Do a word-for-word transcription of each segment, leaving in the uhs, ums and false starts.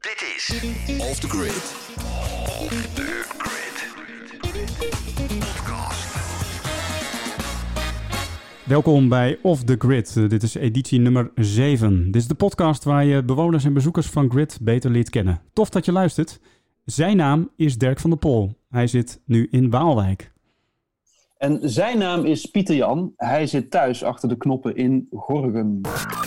Dit is Off the Grid. Off the Grid. Podcast. Welkom bij Off the Grid. Uh, dit is editie nummer zeven. Dit is de podcast waar je bewoners en bezoekers van Grid beter leert kennen. Tof dat je luistert. Zijn naam is Dirk van der Pol. Hij zit nu in Waalwijk. En zijn naam is Pieter Jan. Hij zit thuis achter de knoppen in Gorinchem.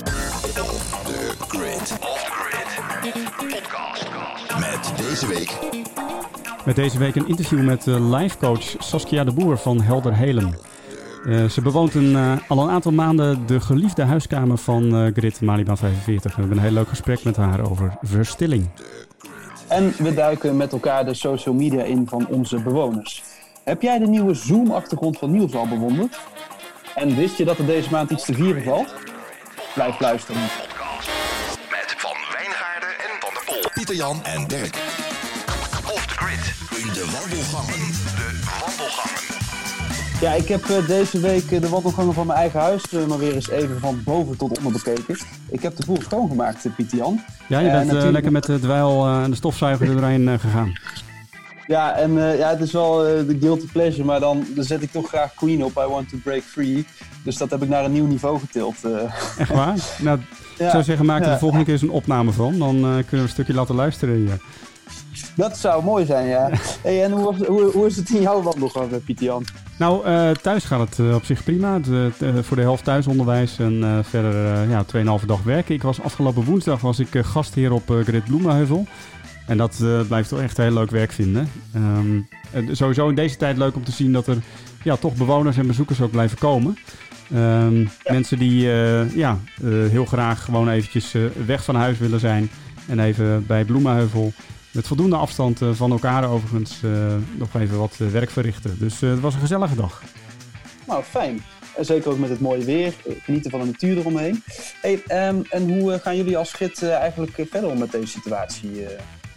The Grid. Off the Grid. Podcast. Met deze week... Met deze week een interview met uh, livecoach Saskia de Boer van Helder Helen. Uh, ze bewoont een, uh, al een aantal maanden de geliefde huiskamer van uh, Grid Malibaan vijfenveertig. We hebben een heel leuk gesprek met haar over verstilling. En we duiken met elkaar de social media in van onze bewoners. Heb jij de nieuwe Zoom-achtergrond van Niels al bewonderd? En wist je dat er deze maand iets te vieren valt? Blijf luisteren. Podcast. Met Van Wijngaarden en Van der Pol. Pieter Jan en Dirk. Off the Grid. In de wandelgangen. De wandelgangen. Ja, ik heb uh, deze week uh, de wandelgangen van mijn eigen huis uh, maar weer eens even van boven tot onder bekeken. Ik heb de boel schoongemaakt, uh, Pieter Jan. Ja, je bent uh, natuurlijk... lekker met de dweil uh, en de stofzuiger er doorheen uh, gegaan. Ja, en uh, ja, het is wel uh, de guilty pleasure, maar dan, dan zet ik toch graag Queen op, I Want to Break Free. Dus dat heb ik naar een nieuw niveau getild. Uh. Echt waar? Nou, ja, ik zou zeggen, maak er ja. de volgende keer eens een opname van. Dan uh, kunnen we een stukje laten luisteren hier. Dat zou mooi zijn, ja. Hey, en hoe, was, hoe, hoe is het in jouw wandelgang, Pieter Jan? Nou, uh, thuis gaat het uh, op zich prima. De, de, voor de helft thuisonderwijs en uh, verder uh, ja, twee en een halve dag werken. Ik was afgelopen woensdag was ik uh, gastheer op uh, Grid Bloemenheuvel. En dat uh, blijft toch echt heel leuk werk vinden. Um, uh, sowieso in deze tijd leuk om te zien dat er ja, toch bewoners en bezoekers ook blijven komen. Um, ja. Mensen die uh, ja, uh, heel graag gewoon eventjes uh, weg van huis willen zijn. En even bij Bloemenheuvel met voldoende afstand uh, van elkaar overigens uh, nog even wat uh, werk verrichten. Dus uh, het was een gezellige dag. Nou, fijn. En zeker ook met het mooie weer. Genieten van de natuur eromheen. Hey, um, en hoe uh, gaan jullie als Grid uh, eigenlijk uh, verder om met deze situatie? Uh...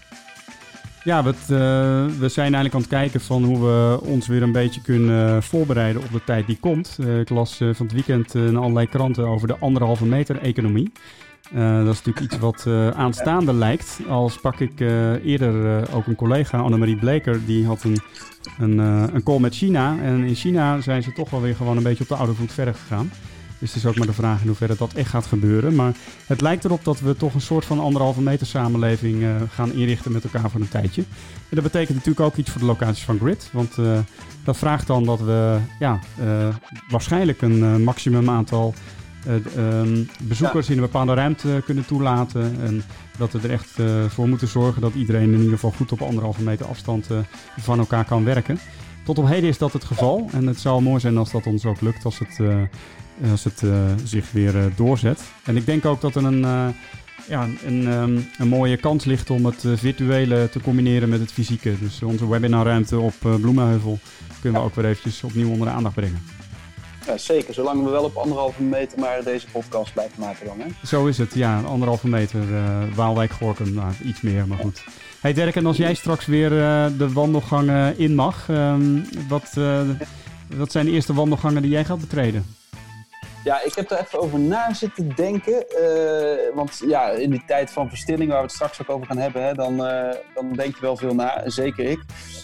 Ja, we, uh, we zijn eigenlijk aan het kijken van hoe we ons weer een beetje kunnen voorbereiden op de tijd die komt. Uh, ik las uh, van het weekend uh, in allerlei kranten over de anderhalve meter economie. Uh, dat is natuurlijk iets wat uh, aanstaande lijkt. Al sprak ik uh, eerder uh, ook een collega, Annemarie Bleker, die had een, een, uh, een call met China. En in China zijn ze toch wel weer gewoon een beetje op de oude voet verder gegaan. Dus het is ook maar de vraag in hoeverre dat echt gaat gebeuren. Maar het lijkt erop dat we toch een soort van anderhalve meter samenleving uh, gaan inrichten met elkaar voor een tijdje. En dat betekent natuurlijk ook iets voor de locaties van Grid. Want uh, dat vraagt dan dat we ja, uh, waarschijnlijk een uh, maximum aantal uh, um, bezoekers ja. in een bepaalde ruimte kunnen toelaten. En dat we er echt uh, voor moeten zorgen dat iedereen in ieder geval goed op anderhalve meter afstand uh, van elkaar kan werken. Tot op heden is dat het geval. En het zou mooi zijn als dat ons ook lukt als het... Uh, Als het uh, zich weer uh, doorzet. En ik denk ook dat er een, uh, ja, een, um, een mooie kans ligt om het uh, virtuele te combineren met het fysieke. Dus onze webinarruimte op uh, Bloemenheuvel kunnen we ook weer eventjes opnieuw onder de aandacht brengen. Ja, zeker. Zolang we wel op anderhalve meter maar deze podcast blijven maken dan, hè? Zo is het, ja. Anderhalve meter uh, Waalwijk-Gorinchem. Nou, iets meer, maar goed. Hey Dirk, en als jij straks weer uh, de wandelgangen in mag, um, wat, uh, wat zijn de eerste wandelgangen die jij gaat betreden? Ja, ik heb er even over na zitten denken. Uh, want ja, in die tijd van verstilling, waar we het straks ook over gaan hebben, hè, dan, uh, dan denk je wel veel na. Zeker ik.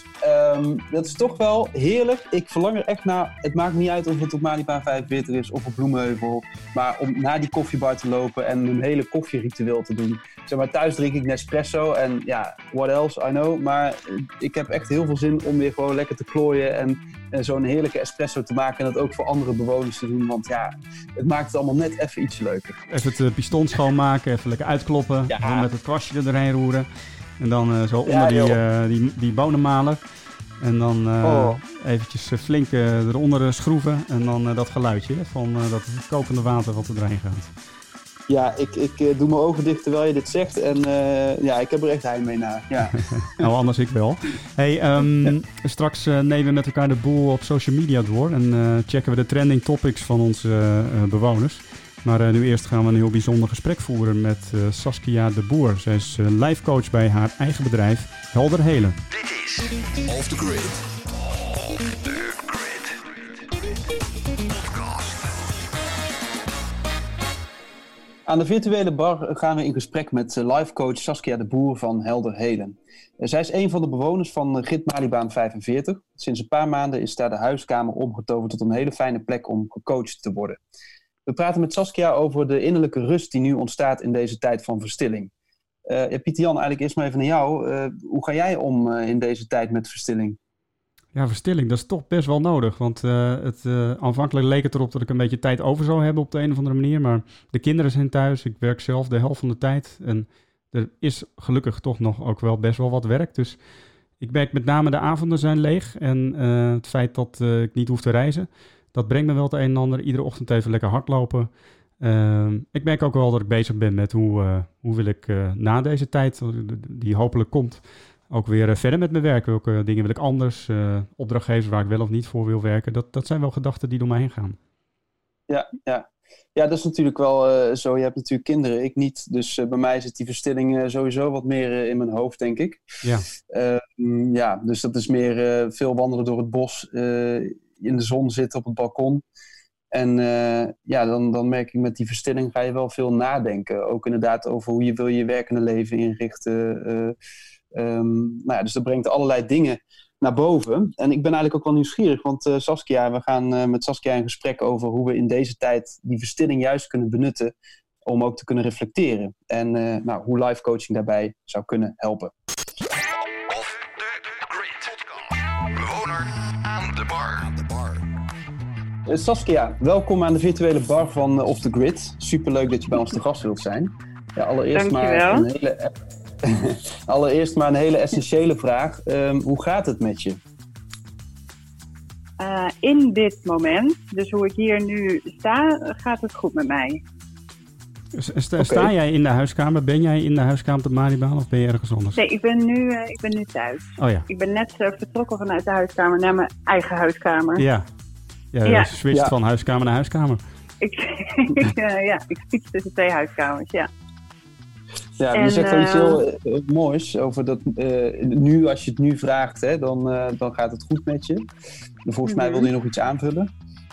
Um, dat is toch wel heerlijk. Ik verlang er echt naar. Het maakt niet uit of het op Malibaan vijfenveertig is of op Bloemenheuvel. Maar om naar die koffiebar te lopen en een hele koffieritueel te doen. Zeg maar, thuis drink ik Nespresso en ja, what else, I know. Maar ik heb echt heel veel zin om weer gewoon lekker te klooien en, en zo'n heerlijke espresso te maken. En dat ook voor andere bewoners te doen. Want ja, het maakt het allemaal net even iets leuker. Even het uh, piston schoonmaken, even lekker uitkloppen. Ja. Even met het kwastje er doorheen roeren. En dan uh, zo onder ja, die, uh, die, die bonenmaler. En dan uh, oh. eventjes uh, flink uh, eronder schroeven. En dan uh, dat geluidje van uh, dat kokende water wat er doorheen gaat. Ja, ik, ik uh, doe mijn ogen dicht terwijl je dit zegt. En uh, ja, ik heb er echt heimwee naar. Ja. Nou, anders ik wel. Hey, um, ja. Straks uh, nemen we met elkaar de boel op social media door. En uh, checken we de trending topics van onze uh, bewoners. Maar uh, nu eerst gaan we een heel bijzonder gesprek voeren met uh, Saskia de Boer. Zij is uh, life coach bij haar eigen bedrijf Helder Helen. Dit is Off the Grid. Off the Grid. Podcast. Aan de virtuele bar gaan we in gesprek met livecoach Saskia de Boer van Helder Helen. Zij is een van de bewoners van Grid Malibaan vijfenveertig. Sinds een paar maanden is daar de huiskamer omgetoverd tot een hele fijne plek om gecoacht te worden. We praten met Saskia over de innerlijke rust die nu ontstaat in deze tijd van verstilling. Uh, ja, Pieter Jan, eigenlijk eerst maar even naar jou. Uh, hoe ga jij om uh, in deze tijd met verstilling? Ja, verstilling, dat is toch best wel nodig. Want uh, het, uh, aanvankelijk leek het erop dat ik een beetje tijd over zou hebben op de een of andere manier. Maar de kinderen zijn thuis, ik werk zelf de helft van de tijd. En er is gelukkig toch nog ook wel best wel wat werk. Dus ik merk met name de avonden zijn leeg. En uh, het feit dat uh, ik niet hoef te reizen, dat brengt me wel het een en ander. Iedere ochtend even lekker hardlopen. Uh, ik merk ook wel dat ik bezig ben met hoe, uh, hoe wil ik uh, na deze tijd, die hopelijk komt, ook weer uh, verder met mijn werk. Welke dingen wil ik anders? Uh, opdrachtgevers waar ik wel of niet voor wil werken. Dat, dat zijn wel gedachten die door mij heen gaan. Ja, ja. ja, dat is natuurlijk wel uh, zo. Je hebt natuurlijk kinderen, ik niet. Dus uh, bij mij zit die verstilling uh, sowieso wat meer uh, in mijn hoofd, denk ik. Ja, uh, ja dus dat is meer uh, veel wandelen door het bos, uh, in de zon zitten op het balkon. En uh, ja, dan, dan merk ik met die verstilling ga je wel veel nadenken. Ook inderdaad over hoe je wil je werkende leven inrichten. Uh, um, nou ja, dus dat brengt allerlei dingen naar boven. En ik ben eigenlijk ook wel nieuwsgierig. Want uh, Saskia, we gaan uh, met Saskia in gesprek over hoe we in deze tijd die verstilling juist kunnen benutten. Om ook te kunnen reflecteren. En uh, nou, hoe live coaching daarbij zou kunnen helpen. Off the grid. Bewoner aan de bar. Aan de bar. Uh, Saskia, welkom aan de virtuele bar van uh, Off the Grid. Superleuk dat je bij ons te gast wilt zijn. Ja, allereerst, maar een hele, allereerst maar een hele essentiële vraag. Um, hoe gaat het met je? Uh, in dit moment, dus hoe ik hier nu sta, gaat het goed met mij. Sta, okay. sta jij in de huiskamer? Ben jij in de huiskamer op de Malibaan of ben je ergens anders? Nee, ik ben nu, uh, ik ben nu thuis. Oh ja. Ik ben net uh, vertrokken vanuit de huiskamer naar mijn eigen huiskamer. Ja, ja, ja. Je switcht ja. van huiskamer naar huiskamer. Ik, uh, ja, ik fiets tussen twee huiskamers, ja. Ja, en, je zegt wel uh, iets heel uh, moois over dat uh, nu, als je het nu vraagt, hè, dan, uh, dan gaat het goed met je. Volgens mm-hmm. mij wilde je nog iets aanvullen.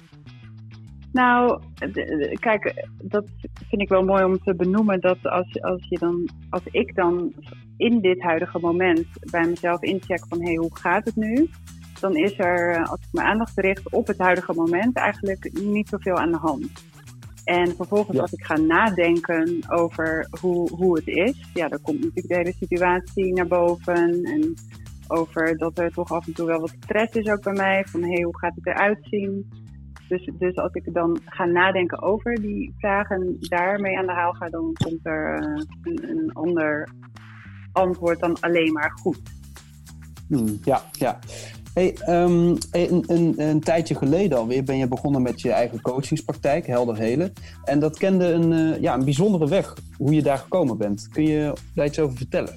Nou, d- d- kijk, dat vind ik wel mooi om te benoemen, dat als, als, je dan, als ik dan in dit huidige moment bij mezelf incheck van, hé, hey, hoe gaat het nu? Dan is er, als ik mijn aandacht richt op het huidige moment, eigenlijk niet zoveel aan de hand. En vervolgens ja. als ik ga nadenken over hoe, hoe het is, ja, dan komt natuurlijk de hele situatie naar boven. En over dat er toch af en toe wel wat stress is ook bij mij, van hé, hey, hoe gaat het eruit zien? Dus, dus als ik dan ga nadenken over die vragen en daarmee aan de haal ga, dan komt er uh, een, een ander antwoord dan alleen maar goed. Hmm, ja, ja. Hey, um, een, een, een tijdje geleden alweer ben je begonnen met je eigen coachingspraktijk, Helder Helen. En dat kende een, uh, ja, een bijzondere weg, hoe je daar gekomen bent. Kun je daar iets over vertellen?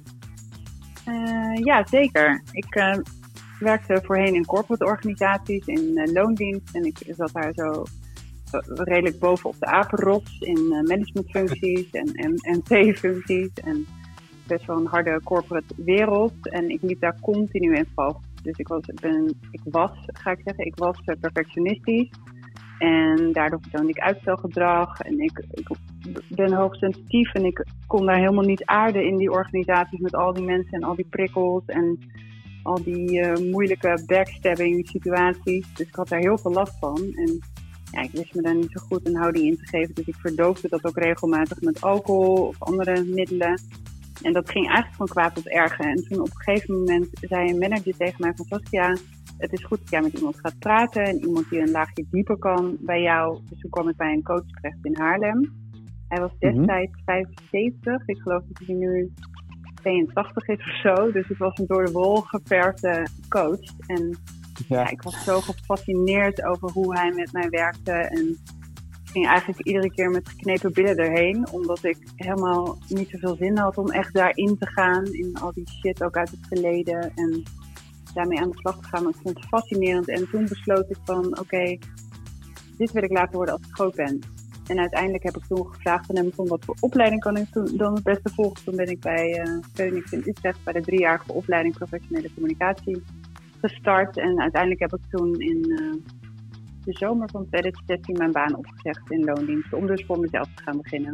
Uh, ja, zeker. Ik uh, werkte voorheen in corporate organisaties, in uh, loondienst. En ik zat daar zo uh, redelijk bovenop de apenrots in uh, managementfuncties en, en, en T-functies. En best wel een harde corporate wereld. En ik liep daar continu in vast. Dus ik was, ben, ik was, ga ik zeggen, ik was uh, perfectionistisch. En daardoor vertoonde ik uitstelgedrag. En ik, ik ben hoogsensitief en ik kon daar helemaal niet aarden in die organisaties met al die mensen en al die prikkels en al die uh, moeilijke backstabbing situaties. Dus ik had daar heel veel last van. En ja, ik wist me daar niet zo goed een houding in te geven. Dus ik verdoofde dat ook regelmatig met alcohol of andere middelen. En dat ging eigenlijk van kwaad tot erger. En toen op een gegeven moment zei een manager tegen mij van Saskia, het is goed dat jij met iemand gaat praten en iemand die een laagje dieper kan bij jou. Dus toen kwam ik bij een coach terecht in Haarlem. Hij was destijds mm-hmm. vijfenzeventig. Ik geloof dat hij nu tweeëntachtig is of zo. Dus het was een door de wol geverfde coach. En ja. Ja, ik was zo gefascineerd over hoe hij met mij werkte. En ik ging eigenlijk iedere keer met geknepen billen erheen. Omdat ik helemaal niet zoveel zin had om echt daarin te gaan. In al die shit ook uit het verleden. En daarmee aan de slag te gaan. Maar ik vond het fascinerend. En toen besloot ik van oké, okay, dit wil ik laten worden als ik groot ben. En uiteindelijk heb ik toen gevraagd aan hem van wat voor opleiding kan ik toen dan het beste volgen. Toen ben ik bij uh, Phoenix in Utrecht bij de driejarige opleiding professionele communicatie gestart. En uiteindelijk heb ik toen in uh, de zomer van twintig zestien mijn baan opgezegd in loondienst. Om dus voor mezelf te gaan beginnen.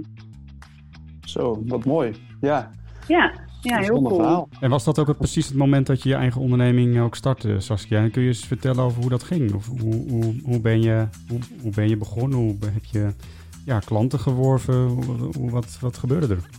Zo, wat mooi. Ja, Ja, ja heel cool. Verhaal. En was dat ook het, precies het moment dat je je eigen onderneming ook startte, Saskia? En kun je eens vertellen over hoe dat ging? Of hoe, hoe, hoe, ben, je, hoe, hoe ben je begonnen? Hoe heb je ja, klanten geworven? Hoe, hoe, wat, wat gebeurde er?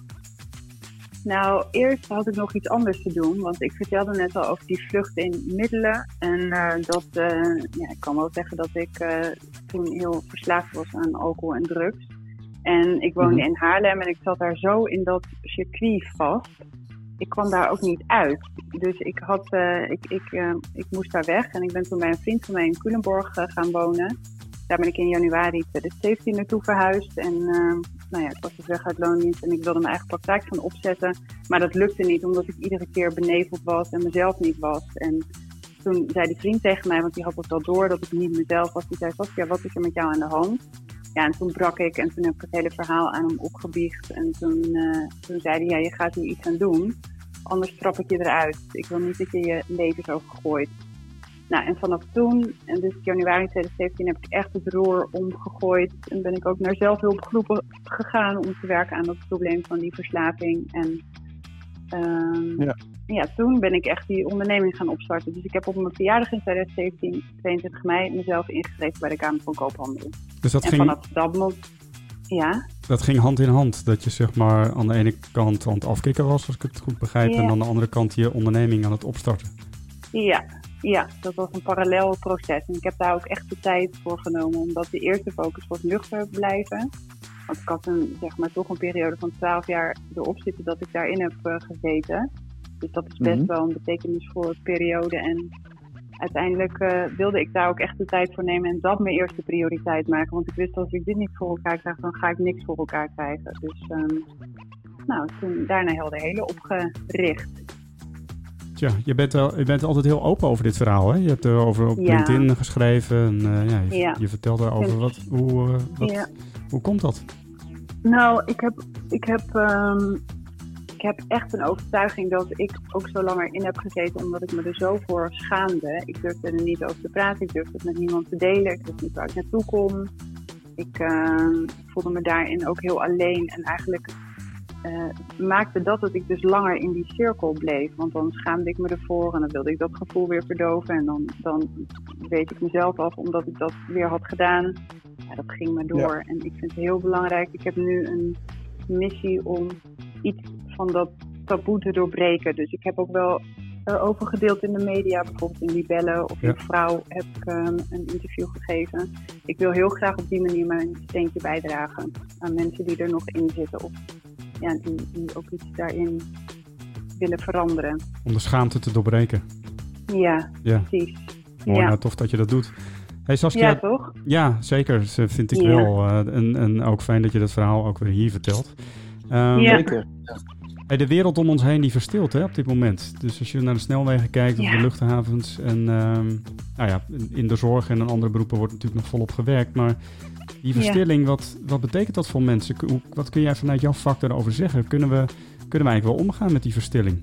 Nou, eerst had ik nog iets anders te doen. Want ik vertelde net al over die vlucht in middelen. En uh, dat, uh, ja, ik kan wel zeggen dat ik uh, toen heel verslaafd was aan alcohol en drugs. En ik woonde mm-hmm. in Haarlem en ik zat daar zo in dat circuit vast. Ik kwam daar ook niet uit. Dus ik, had, uh, ik, ik, uh, ik moest daar weg. En ik ben toen bij een vriend van mij in Culemborg uh, gaan wonen. Daar ben ik in januari twintig zeventien naartoe verhuisd. En uh, nou ja, ik was dus weg uit loondienst en ik wilde mijn eigen praktijk gaan opzetten. Maar dat lukte niet, omdat ik iedere keer beneveld was en mezelf niet was. En toen zei die vriend tegen mij, want die had het wel door dat ik niet mezelf was. Die zei, Saskia, wat is er met jou aan de hand? Ja, en toen brak ik en toen heb ik het hele verhaal aan hem opgebiecht. En toen, uh, toen zei hij, ja, je gaat hier iets aan doen. Anders trap ik je eruit. Ik wil niet dat je je leven zo vergooit. Nou, en vanaf toen, en dus januari twintig zeventien, heb ik echt het roer omgegooid. En ben ik ook naar zelfhulpgroepen gegaan om te werken aan dat probleem van die verslaving. En um, ja. ja, toen ben ik echt die onderneming gaan opstarten. Dus ik heb op mijn verjaardag in twintig zeventien, tweeëntwintig mei, mezelf ingeschreven bij de Kamer van Koophandel. Dus dat en ging... vanaf dat moment, ja... Dat ging hand in hand, dat je zeg maar aan de ene kant aan het afkicken was, als ik het goed begrijp, ja. En aan de andere kant je onderneming aan het opstarten. Ja, ja, dat was een parallel proces. En ik heb daar ook echt de tijd voor genomen, omdat de eerste focus was nuchter blijven. Want ik had een, zeg maar, toch een periode van twaalf jaar erop zitten dat ik daarin heb uh, gezeten. Dus dat is best mm-hmm. wel een betekenisvolle periode. En uiteindelijk uh, wilde ik daar ook echt de tijd voor nemen en dat mijn eerste prioriteit maken. Want ik wist, als ik dit niet voor elkaar krijg, dan ga ik niks voor elkaar krijgen. Dus um, nou, toen daarna heel de hele opgericht. Tja, je bent, al, je bent altijd heel open over dit verhaal, hè? Je hebt erover op ja. LinkedIn geschreven en uh, ja, je, ja. je vertelde over wat, hoe, uh, wat, ja. hoe komt dat? Nou, ik heb, ik heb, um, ik heb echt een overtuiging dat ik ook zo lang erin heb gezeten, omdat ik me er zo voor schaamde. Ik durfde er niet over te praten, ik durfde het met niemand te delen, ik wist niet waar ik naartoe kon. Ik uh, voelde me daarin ook heel alleen en eigenlijk... Uh, maakte dat dat ik dus langer in die cirkel bleef. Want dan schaamde ik me ervoor en dan wilde ik dat gevoel weer verdoven. En dan, dan weet ik mezelf af omdat ik dat weer had gedaan. Ja, dat ging maar door. Ja. En ik vind het heel belangrijk. Ik heb nu een missie om iets van dat taboe te doorbreken. Dus ik heb ook wel erover gedeeld in de media. Bijvoorbeeld in Libelle of in ja. Vrouw heb ik um, een interview gegeven. Ik wil heel graag op die manier mijn steentje bijdragen aan mensen die er nog in zitten. Of Ja, die, die ook iets daarin willen veranderen. Om de schaamte te doorbreken. Ja, ja. precies. Mooi, ja. nou, tof dat je dat doet. Hey Saskia, ja, toch? Ja, zeker. Dat vind ik ja. wel. Uh, en, en ook fijn dat je dat verhaal ook weer hier vertelt. Um, ja. Zeker. Hey, de wereld om ons heen die verstilt hè, op dit moment. Dus als je naar de snelwegen kijkt, ja. of de luchthavens en um, nou ja, in de zorg en in andere beroepen wordt natuurlijk nog volop gewerkt, maar die verstilling, ja. wat, wat betekent dat voor mensen? Hoe, wat kun jij vanuit jouw vak daarover zeggen? Kunnen we, kunnen we eigenlijk wel omgaan met die verstilling?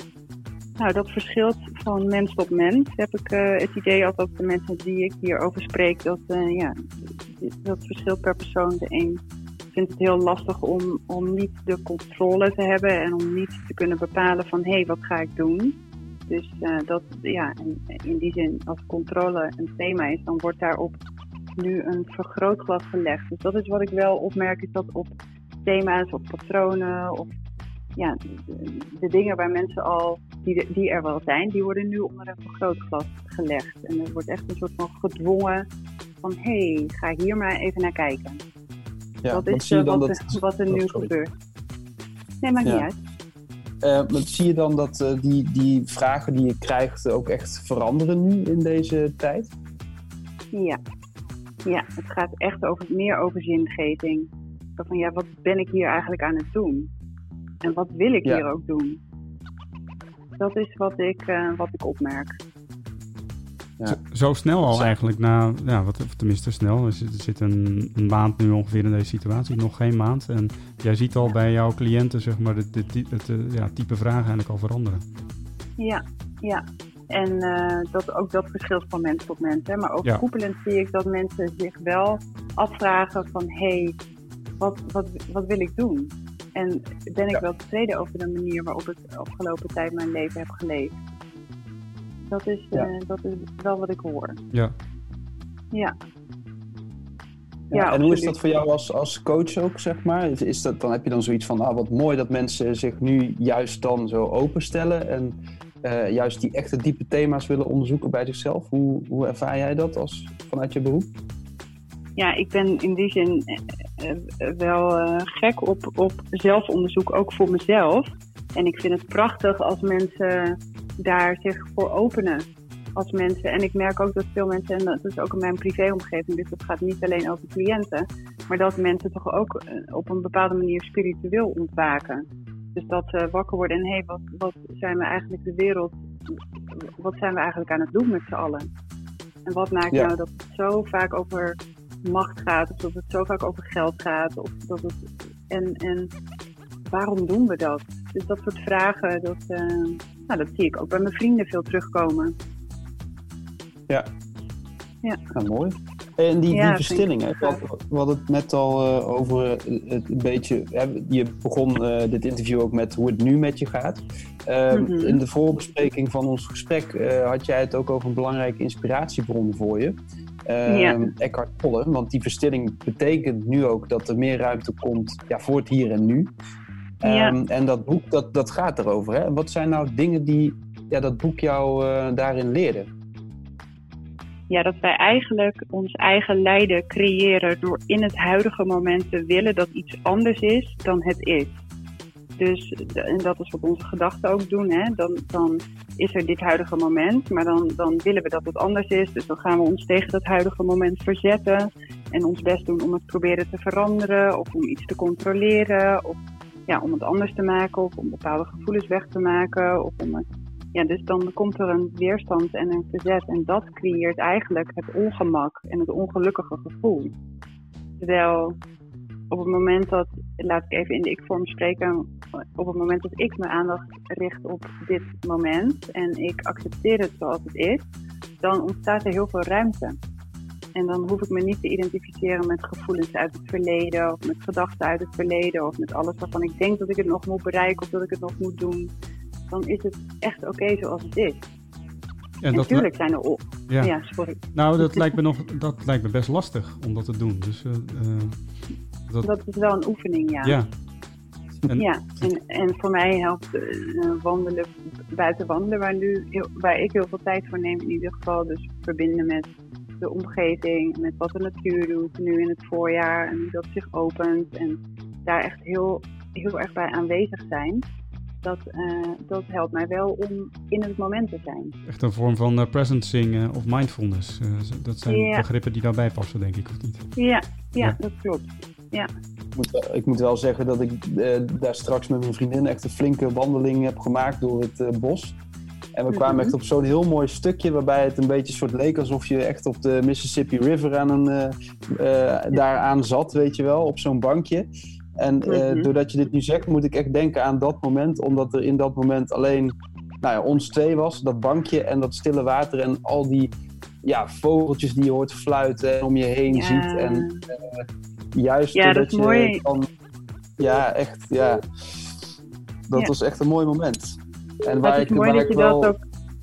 Nou, dat verschilt van mens tot mens. Heb ik uh, het idee altijd de mensen die ik hierover spreek, dat, uh, ja, dat verschilt per persoon. De een vindt het heel lastig om, om niet de controle te hebben en om niet te kunnen bepalen van, hé, hey, wat ga ik doen? Dus uh, dat, ja, in, in die zin, als controle een thema is, dan wordt daarop nu een vergrootglas gelegd. Dus dat is wat ik wel opmerk, is dat op thema's, op patronen, of ja, de, de dingen waar mensen al, die, die er wel zijn, die worden nu onder een vergrootglas gelegd. En er wordt echt een soort van gedwongen van, hé, hey, ga hier maar even naar kijken. Ja, dat is uh, wat, dat, wat er nu oh, gebeurt. Nee, maakt ja. niet uit. Uh, zie je dan dat uh, die, die vragen die je krijgt ook echt veranderen nu in deze tijd? Ja. Ja, het gaat echt over, meer over zingeving. Van ja, wat ben ik hier eigenlijk aan het doen? En wat wil ik ja. hier ook doen? Dat is wat ik, uh, wat ik opmerk. Ja. Zo, zo snel al eigenlijk, na, ja, wat, tenminste snel. Er zit, er zit een, een maand nu ongeveer in deze situatie, nog geen maand. En jij ziet al bij jouw cliënten zeg maar, het, het, het, het ja, type vragen eigenlijk al veranderen. Ja, ja. En uh, dat, ook dat verschilt van mens tot mens. Hè. Maar overkoepelend ja. zie ik dat mensen zich wel afvragen van... hé, hey, wat, wat, wat wil ik doen? En ben ik ja. wel tevreden over de manier waarop ik de afgelopen tijd mijn leven heb geleefd? Dat is, ja. uh, dat is wel wat ik hoor. Ja. Ja. Ja, ja, en hoe is dat voor jou als, als coach ook, zeg maar? Is, is dat, dan heb je dan zoiets van, ah, wat mooi dat mensen zich nu juist dan zo openstellen en uh, juist die echte diepe thema's willen onderzoeken bij zichzelf. Hoe, hoe ervaar jij dat als, vanuit je beroep? Ja, ik ben in die zin uh, uh, wel uh, gek op, op zelfonderzoek, ook voor mezelf. En ik vind het prachtig als mensen daar zich voor openen. Als mensen. En ik merk ook dat veel mensen, en dat is ook in mijn privéomgeving, dus dat gaat niet alleen over cliënten, maar dat mensen toch ook op een bepaalde manier spiritueel ontwaken. Dus dat ze wakker worden en hé, hey, wat, wat zijn we eigenlijk de wereld, wat zijn we eigenlijk aan het doen met z'n allen? En wat maakt ja. nou dat het zo vaak over macht gaat, of dat het zo vaak over geld gaat, of dat het, en, en waarom doen we dat? Dus dat soort vragen, dat, uh, nou, dat zie ik ook bij mijn vrienden veel terugkomen. Ja. Ja. Nou, mooi. En die, ja, die verstillingen, we hadden het net al uh, over het een beetje, hè, je begon uh, dit interview ook met hoe het nu met je gaat. Uh, mm-hmm. In de voorbespreking van ons gesprek uh, had jij het ook over een belangrijke inspiratiebron voor je. Uh, ja. Eckhart Tolle, want die verstilling betekent nu ook dat er meer ruimte komt ja, voor het hier en nu. Um, ja. En dat boek, dat, dat gaat erover. Hè? Wat zijn nou dingen die ja, dat boek jou uh, daarin leerde? Ja, dat wij eigenlijk ons eigen lijden creëren door in het huidige moment te willen dat iets anders is dan het is. Dus, en dat is wat onze gedachten ook doen, hè. Dan, dan is er dit huidige moment, maar dan, dan willen we dat het anders is. Dus dan gaan we ons tegen dat huidige moment verzetten en ons best doen om het proberen te veranderen of om iets te controleren of ja, om het anders te maken of om bepaalde gevoelens weg te maken of om het... Ja, dus dan komt er een weerstand en een verzet en dat creëert eigenlijk het ongemak en het ongelukkige gevoel. Terwijl op het moment dat, laat ik even in de ik-vorm spreken, op het moment dat ik mijn aandacht richt op dit moment en ik accepteer het zoals het is, dan ontstaat er heel veel ruimte. En dan hoef ik me niet te identificeren met gevoelens uit het verleden of met gedachten uit het verleden of met alles waarvan ik denk dat ik het nog moet bereiken of dat ik het nog moet doen. Dan is het echt oké okay zoals het is. Ja, en natuurlijk li- zijn er... O- ja. ja, sorry. Nou, dat lijkt me nog, dat lijkt me best lastig om dat te doen. Dus, uh, dat... dat is wel een oefening, ja. Ja, en, ja, en, en voor mij helpt uh, wandelen, buiten wandelen, waar, nu heel, waar ik heel veel tijd voor neem in ieder geval. Dus verbinden met de omgeving, met wat de natuur doet nu in het voorjaar en hoe dat zich opent. En daar echt heel, heel erg bij aanwezig zijn. Dat, uh, dat helpt mij wel om in het moment te zijn. Echt een vorm van uh, presencing uh, of mindfulness. Uh, dat zijn ja. begrippen die daarbij passen, denk ik, of niet? Ja, ja, ja. dat klopt. Ja. Ik, moet, ik moet wel zeggen dat ik uh, daar straks met mijn vriendin echt een flinke wandeling heb gemaakt door het uh, bos. En we kwamen mm-hmm. echt op zo'n heel mooi stukje waarbij het een beetje soort leek alsof je echt op de Mississippi River aan een, uh, uh, daaraan zat, weet je wel, op zo'n bankje. En uh, mm-hmm. doordat je dit nu zegt, moet ik echt denken aan dat moment. Omdat er in dat moment alleen nou ja, ons twee was. Dat bankje en dat stille water. En al die ja, vogeltjes die je hoort fluiten en om je heen ja. ziet. En uh, juist ja, doordat dat is je mooi. dan... Ja, echt. Ja. Dat ja. was echt een mooi moment. En waar het is ik, mooi waar dat ik je wel... dat ook...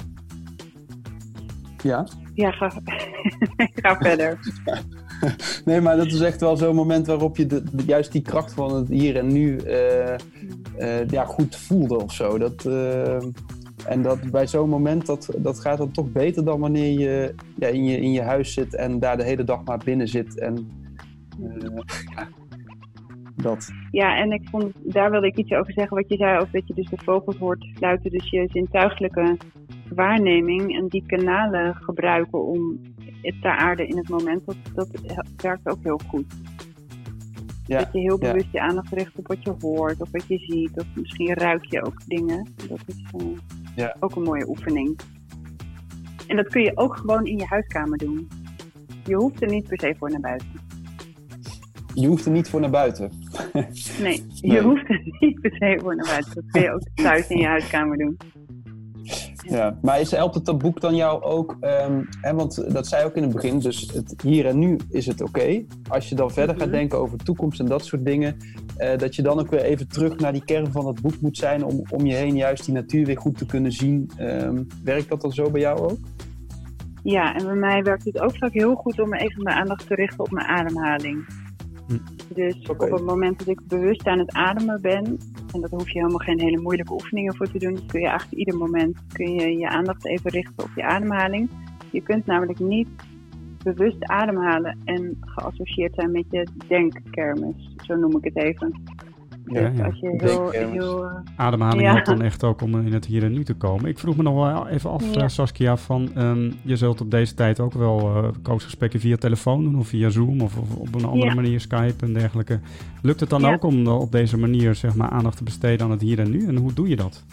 Ja? Ja, ga, ga verder. Nee, maar dat is echt wel zo'n moment waarop je de, de, juist die kracht van het hier en nu uh, uh, ja, goed voelde of zo. Dat, uh, en dat bij zo'n moment, dat, dat gaat dan toch beter dan wanneer je, ja, in je in je huis zit en daar de hele dag maar binnen zit. En, uh, ja, dat. Ja, en ik vond, daar wilde ik iets over zeggen wat je zei, over dat je dus de vogels hoort fluiten, dus je zintuigelijke waarneming en die kanalen gebruiken om het te aarden in het moment, dat, dat werkt ook heel goed. Ja, dat je heel bewust ja. je aandacht richt op wat je hoort, of wat je ziet, of misschien ruik je ook dingen. Dat is uh, ja. ook een mooie oefening. En dat kun je ook gewoon in je huiskamer doen. Je hoeft er niet per se voor naar buiten. Je hoeft er niet voor naar buiten? Nee, je nee. hoeft er niet per se voor naar buiten. Dat kun je ook thuis in je huiskamer doen. Ja, maar is, helpt het dat boek dan jou ook, um, hè, want dat zei je ook in het begin, dus het hier en nu is het oké. Okay. Als je dan verder mm-hmm. gaat denken over toekomst en dat soort dingen, uh, dat je dan ook weer even terug naar die kern van het boek moet zijn om, om je heen juist die natuur weer goed te kunnen zien. Um, werkt dat dan zo bij jou ook? Ja, en bij mij werkt het ook vaak heel goed om even mijn aandacht te richten op mijn ademhaling. Hm. Dus okay. op het moment dat ik bewust aan het ademen ben, en daar hoef je helemaal geen hele moeilijke oefeningen voor te doen, kun je eigenlijk ieder moment kun je, je aandacht even richten op je ademhaling. Je kunt namelijk niet bewust ademhalen en geassocieerd zijn met je denkkermis, zo noem ik het even. Ja, ja. Als je heel, heel, uh, Ademhaling ja. helpt dan echt ook om in het hier en nu te komen. Ik vroeg me nog wel even af, ja. uh, Saskia, van um, je zult op deze tijd ook wel uh, coachgesprekken via telefoon doen of via Zoom of, of op een andere ja. manier Skype en dergelijke. Lukt het dan ja. ook om uh, op deze manier zeg maar aandacht te besteden aan het hier en nu? En hoe doe je dat?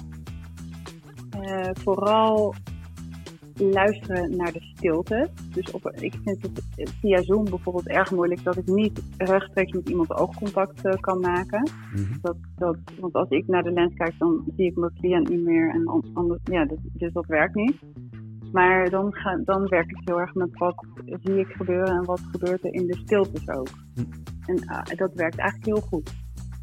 Uh, vooral luisteren naar de stilte. Dus op, ik vind het via Zoom bijvoorbeeld erg moeilijk dat ik niet rechtstreeks met iemand oogcontact uh, kan maken. Mm-hmm. Dat, dat, want als ik naar de lens kijk, dan zie ik mijn cliënt niet meer. En anders, ja, dus, dus dat werkt niet. Maar dan, ga, dan werk ik heel erg met wat zie ik gebeuren en wat gebeurt er in de stiltes ook. Mm. En uh, dat werkt eigenlijk heel goed.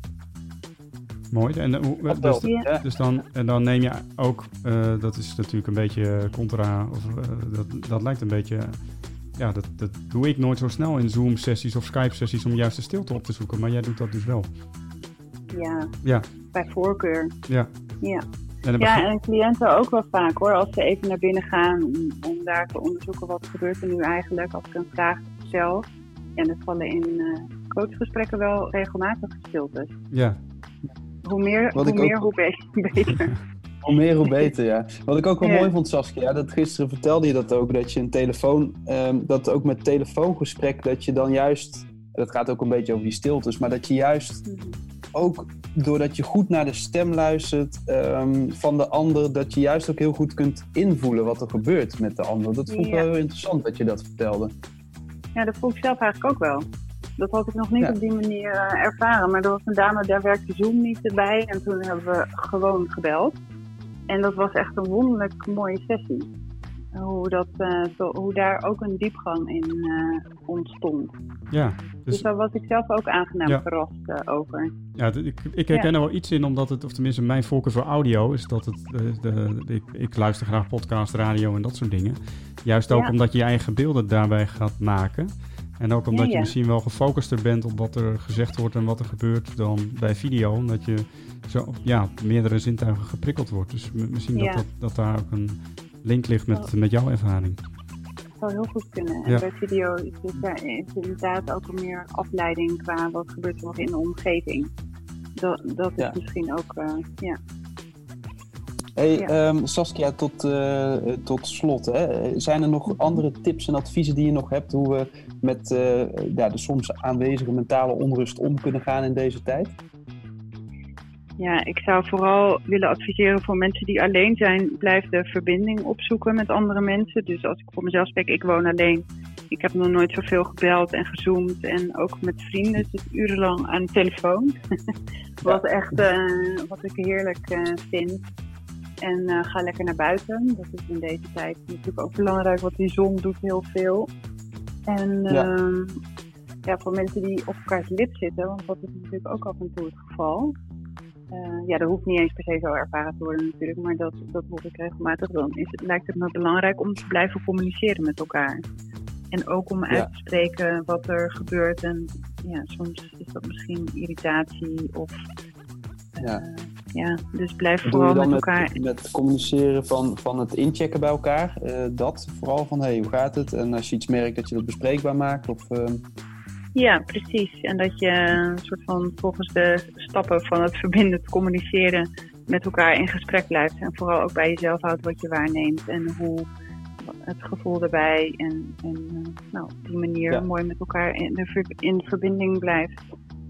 Mooi. En, uh, dus, ja. dus dan, en dan neem je ook, uh, dat is natuurlijk een beetje contra, of uh, dat, dat lijkt een beetje, uh, ja, dat, dat doe ik nooit zo snel in Zoom-sessies of Skype-sessies om juist de stilte op te zoeken, maar jij doet dat dus wel. Ja, ja. bij voorkeur. Ja. Ja. En ja, begin... en cliënten ook wel vaak hoor, als ze even naar binnen gaan om, om daar te onderzoeken wat gebeurt er nu eigenlijk, als ik een vraag stel. En er vallen in uh, coachgesprekken wel regelmatig stiltes. Ja. Hoe meer, hoe, meer ook... hoe beter. Hoe meer, hoe beter, ja. Wat ik ook wel ja. mooi vond, Saskia, dat gisteren vertelde je dat ook, dat je een telefoon, um, dat ook met telefoongesprek, dat je dan juist, dat gaat ook een beetje over die stiltes, maar dat je juist mm-hmm. ook, doordat je goed naar de stem luistert um, van de ander, dat je juist ook heel goed kunt invoelen wat er gebeurt met de ander. Dat vond ik ja. wel heel interessant dat je dat vertelde. Ja, dat vond ik zelf eigenlijk ook wel. Dat had ik nog niet ja. op die manier uh, ervaren. Maar er was een dame, daar werkte Zoom niet bij. En toen hebben we gewoon gebeld. En dat was echt een wonderlijk mooie sessie. Hoe, dat, uh, zo, hoe daar ook een diepgang in uh, ontstond. Ja, dus... dus daar was ik zelf ook aangenaam ja. verrast uh, over. Ja, d- ik, ik herken ja. er wel iets in, omdat het, of tenminste mijn voorkeur voor audio is dat het, de, de, de, ik, ik luister graag podcast, radio en dat soort dingen. Juist ook ja. omdat je je eigen beelden daarbij gaat maken. En ook omdat ja, ja. je misschien wel gefocuster bent op wat er gezegd wordt en wat er gebeurt dan bij video. Omdat je zo ja, op meerdere zintuigen geprikkeld wordt. Dus m- misschien ja. dat, dat, dat daar ook een link ligt met, met jouw ervaring. Dat zou heel goed kunnen. En ja. bij video is het, ja, is het inderdaad ook een meer afleiding qua wat gebeurt er nog in de omgeving. Dat, dat is ja. misschien ook, uh, ja... Hey ja. um, Saskia, tot, uh, tot slot. Hè. Zijn er nog andere tips en adviezen die je nog hebt hoe we met uh, ja, de soms aanwezige mentale onrust om kunnen gaan in deze tijd? Ja, ik zou vooral willen adviseren voor mensen die alleen zijn, blijf de verbinding opzoeken met andere mensen. Dus als ik voor mezelf spreek, ik woon alleen. Ik heb nog nooit zoveel gebeld en gezoomd en ook met vrienden, dus urenlang aan de telefoon. wat, ja. echt, uh, wat ik heerlijk uh, vind. En uh, ga lekker naar buiten. Dat is in deze tijd natuurlijk ook belangrijk, want die zon doet heel veel. En ja. Uh, ja, voor mensen die op elkaars lip zitten, want dat is natuurlijk ook af en toe het geval. Uh, ja, dat hoeft niet eens per se zo ervaren te worden natuurlijk, maar dat, dat hoor ik regelmatig. Dan is het, lijkt het me belangrijk om te blijven communiceren met elkaar. En ook om uit ja. te spreken wat er gebeurt. En ja, soms is dat misschien irritatie of... Uh, ja. Ja, dus blijf Doe vooral je dan met elkaar... Met, met communiceren van, van het inchecken bij elkaar, uh, dat vooral van, hé, hey, hoe gaat het? En als je iets merkt, dat je dat bespreekbaar maakt? Of, uh... Ja, precies. En dat je een soort van volgens de stappen van het verbindend communiceren met elkaar in gesprek blijft. En vooral ook bij jezelf houdt wat je waarneemt en hoe het gevoel erbij. En, en uh, nou, op die manier ja. mooi met elkaar in de, ver, in de verbinding blijft.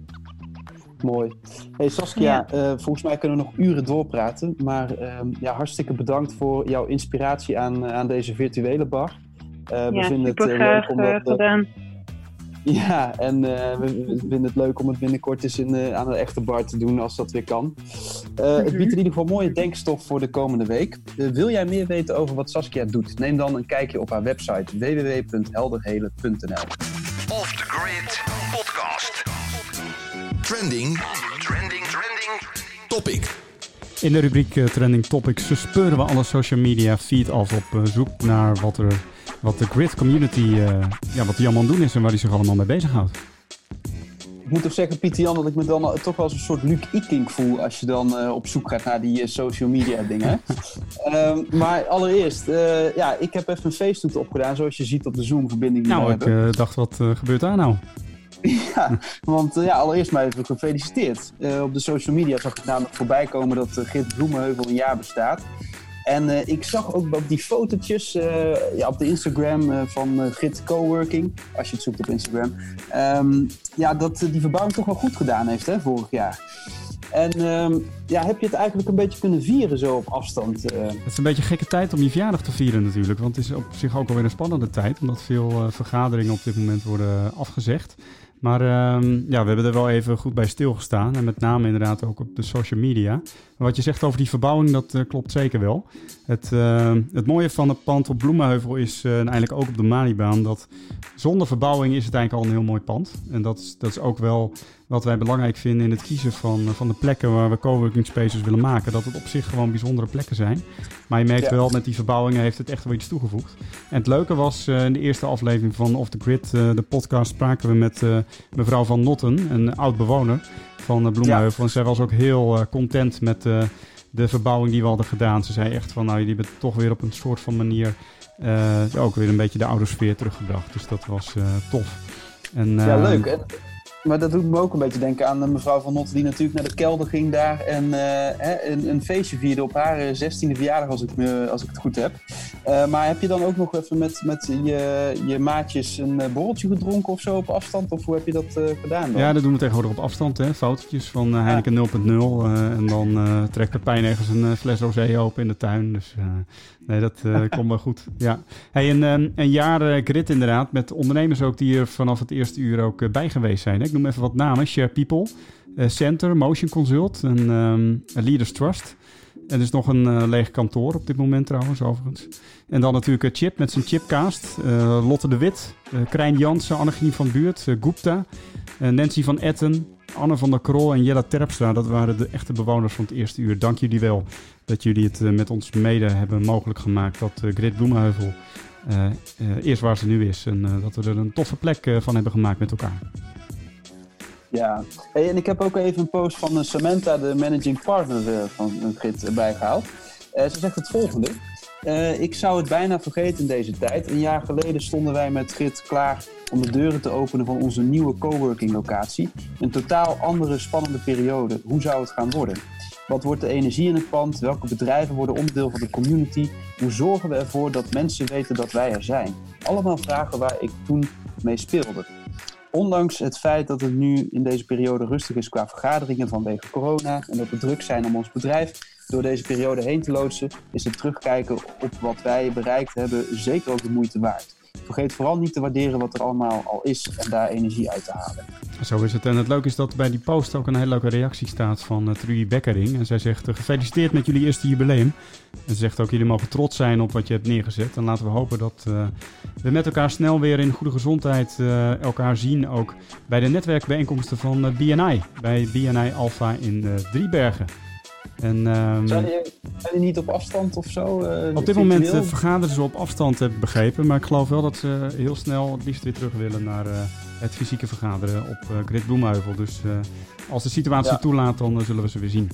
Mooi. Hey Saskia, ja. uh, volgens mij kunnen we nog uren doorpraten, maar um, ja, hartstikke bedankt voor jouw inspiratie aan, uh, aan deze virtuele bar. Uh, ja, we vinden super het uh, graag leuk om dat, gedaan. Ja, en uh, we, we vinden het leuk om het binnenkort eens in, uh, aan een echte bar te doen als dat weer kan. Uh, mm-hmm. Het biedt in ieder geval mooie denkstof voor de komende week. Uh, wil jij meer weten over wat Saskia doet? Neem dan een kijkje op haar website w w w punt helderhelen punt n l. Off the Grid podcast. Trending, trending, trending topic. In de rubriek uh, Trending Topics speuren we alle social media feed af op uh, zoek naar wat, er, wat de Grid community, uh, ja, wat die allemaal aan doen is en waar die zich allemaal mee bezighoudt. Ik moet toch zeggen, Pieter Jan, dat ik me dan uh, toch wel als een soort Luc Ikink voel als je dan uh, op zoek gaat naar die uh, social media dingen. um, maar allereerst, uh, ja, ik heb even een feesttoet opgedaan, zoals je ziet op de Zoom-verbinding die nou, we ik hebben. Uh, dacht, wat uh, gebeurt daar nou? Ja, want uh, ja, allereerst maar even gefeliciteerd. Uh, op de social media zag ik namelijk voorbij komen dat uh, Grit Bloemenheuvel een jaar bestaat. En uh, ik zag ook op die fotootjes uh, ja, op de Instagram uh, van uh, Grit Coworking, als je het zoekt op Instagram, um, ja, dat uh, die verbouwing toch wel goed gedaan heeft, hè, vorig jaar. En um, ja, heb je het eigenlijk een beetje kunnen vieren zo op afstand? Uh? Het is een beetje een gekke tijd om je verjaardag te vieren natuurlijk. Want het is op zich ook alweer een spannende tijd. Omdat veel uh, vergaderingen op dit moment worden afgezegd. Maar uh, ja, we hebben er wel even goed bij stilgestaan. En met name inderdaad ook op de social media. Maar wat je zegt over die verbouwing, dat uh, klopt zeker wel. Het, uh, het mooie van het pand op Bloemenheuvel is, uh, en eigenlijk ook op de Malibaan, dat zonder verbouwing is het eigenlijk al een heel mooi pand. En dat is, dat is ook wel wat wij belangrijk vinden in het kiezen van, van de plekken waar we coworking spaces willen maken. Dat het op zich gewoon bijzondere plekken zijn. Maar je merkt ja. wel, met die verbouwingen heeft het echt wel iets toegevoegd. En het leuke was, uh, in de eerste aflevering van Off the Grid, uh, de podcast, spraken we met uh, mevrouw Van Notten, een oud-bewoner van uh, Bloemenheuvel. Ja. En zij was ook heel uh, content met uh, de verbouwing die we hadden gedaan. Ze zei echt van, nou, jullie hebben toch weer op een soort van manier uh, ook weer een beetje de oude sfeer teruggebracht. Dus dat was uh, tof. En, uh, ja, leuk. En, maar dat doet me ook een beetje denken aan uh, mevrouw Van Notten, die natuurlijk naar de kelder ging daar en uh, hè, een, een feestje vierde op haar zestiende verjaardag, als ik, me, als ik het goed heb. Uh, maar heb je dan ook nog even met, met je, je maatjes een uh, borreltje gedronken of zo op afstand? Of hoe heb je dat uh, gedaan dan? Ja, dat doen we tegenwoordig op afstand. Hè? Fotootjes van uh, Heineken nul punt nul. Uh, en dan uh, trekt Pepijn ergens een uh, fles rosé open in de tuin. Dus uh, nee, dat uh, komt wel goed. Ja. Hey, een, um, een jaar uh, Grid inderdaad. Met ondernemers ook die er vanaf het eerste uur ook uh, bij geweest zijn. Hè? Ik noem even wat namen. Share People, uh, Center, Motion Consult en um, Leaders Trust. En er is nog een uh, leeg kantoor op dit moment trouwens, overigens. En dan natuurlijk uh, Chip met zijn Chipcast. Uh, Lotte de Wit, uh, Krijn Jansen, Annegien van Buurt, uh, Gupta, uh, Nancy van Etten, Anne van der Krol en Jella Terpstra. Dat waren de echte bewoners van het eerste uur. Dank jullie wel dat jullie het uh, met ons mede hebben mogelijk gemaakt. Dat uh, Grid Bloemenheuvel uh, uh, eerst waar ze nu is. En uh, dat we er een toffe plek uh, van hebben gemaakt met elkaar. Ja, hey, en ik heb ook even een post van uh, Samantha, de managing partner uh, van uh, Grid, uh, bijgehaald. Uh, ze zegt het volgende. Uh, ik zou het bijna vergeten in deze tijd. Een jaar geleden stonden wij met Grid klaar om de deuren te openen van onze nieuwe coworking locatie. Een totaal andere spannende periode. Hoe zou het gaan worden? Wat wordt de energie in het pand? Welke bedrijven worden onderdeel van de community? Hoe zorgen we ervoor dat mensen weten dat wij er zijn? Allemaal vragen waar ik toen mee speelde. Ondanks het feit dat het nu in deze periode rustig is qua vergaderingen vanwege corona en dat we druk zijn om ons bedrijf door deze periode heen te loodsen, is het terugkijken op wat wij bereikt hebben zeker ook de moeite waard. Vergeet vooral niet te waarderen wat er allemaal al is en daar energie uit te halen. Zo is het. En het leuke is dat bij die post ook een hele leuke reactie staat van uh, Trudy Bekkering. En zij zegt, uh, gefeliciteerd met jullie eerste jubileum. En ze zegt ook, jullie mogen trots zijn op wat je hebt neergezet. En laten we hopen dat uh, we met elkaar snel weer in goede gezondheid uh, elkaar zien. Ook bij de netwerkbijeenkomsten van uh, B N I. Bij B N I Alpha in uh, Driebergen. En, um, zijn, die, zijn die niet op afstand of zo? Uh, op dit moment uh, vergaderen ze op afstand, heb ik begrepen. Maar ik geloof wel dat ze heel snel het liefst weer terug willen naar uh, het fysieke vergaderen op uh, Grid Bloemenheuvel. Dus uh, als de situatie ja. toelaat, dan uh, zullen we ze weer zien.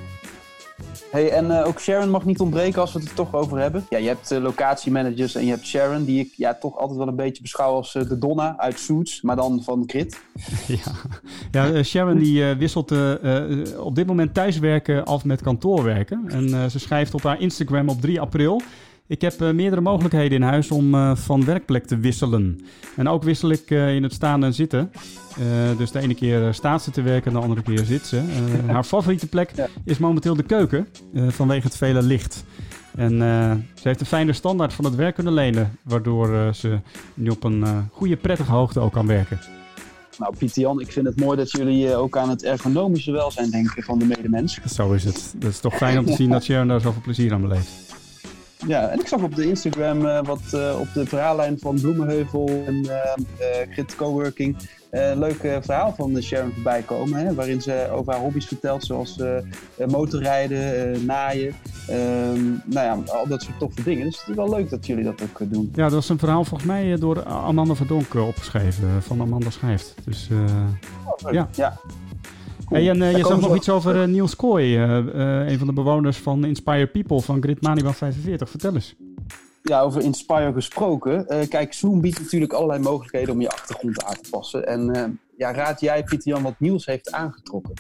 Hey, en uh, ook Sharon mag niet ontbreken als we het er toch over hebben. Ja, je hebt uh, locatiemanagers en je hebt Sharon, die ik ja, toch altijd wel een beetje beschouw als uh, de Donna uit Suits, maar dan van Grid. Ja, ja uh, Sharon die uh, wisselt uh, uh, op dit moment thuiswerken af met kantoorwerken. En uh, ze schrijft op haar Instagram op drie april... Ik heb uh, meerdere mogelijkheden in huis om uh, van werkplek te wisselen. En ook wissel ik uh, in het staan en zitten. Uh, dus de ene keer uh, staat ze te werken en de andere keer zit ze. Uh, haar favoriete plek ja. is momenteel de keuken, uh, vanwege het vele licht. En uh, ze heeft een fijne standaard van het werk kunnen lenen, waardoor uh, ze nu op een uh, goede, prettige hoogte ook kan werken. Nou, Pieter-Jan, ik vind het mooi dat jullie uh, ook aan het ergonomische welzijn denken van de medemens. Zo is het. Dat is toch fijn om te zien dat Sharon daar zoveel plezier aan beleeft. Ja, en ik zag op de Instagram uh, wat uh, op de verhaallijn van Bloemenheuvel en uh, uh, Grit Coworking een uh, leuk uh, verhaal van Sharon voorbij komen. Hè, waarin ze over haar hobby's vertelt, zoals uh, uh, motorrijden, uh, naaien. Uh, nou ja, al dat soort toffe dingen. Dus het is wel leuk dat jullie dat ook uh, doen. Ja, dat was een verhaal volgens mij door Amanda Verdonk uh, opgeschreven, uh, van Amanda Schrijft. Dus uh, oh, ja. ja. Cool. Hey, en uh, je zag nog iets over uh, Niels Kooi, uh, uh, een van de bewoners van Inspire People van Grid Maniban vijfenveertig. Vertel eens. Ja, over Inspire gesproken. Uh, kijk, Zoom biedt natuurlijk allerlei mogelijkheden om je achtergrond aan te passen. En uh, ja, raad jij, Pieter-Jan, wat Niels heeft aangetrokken?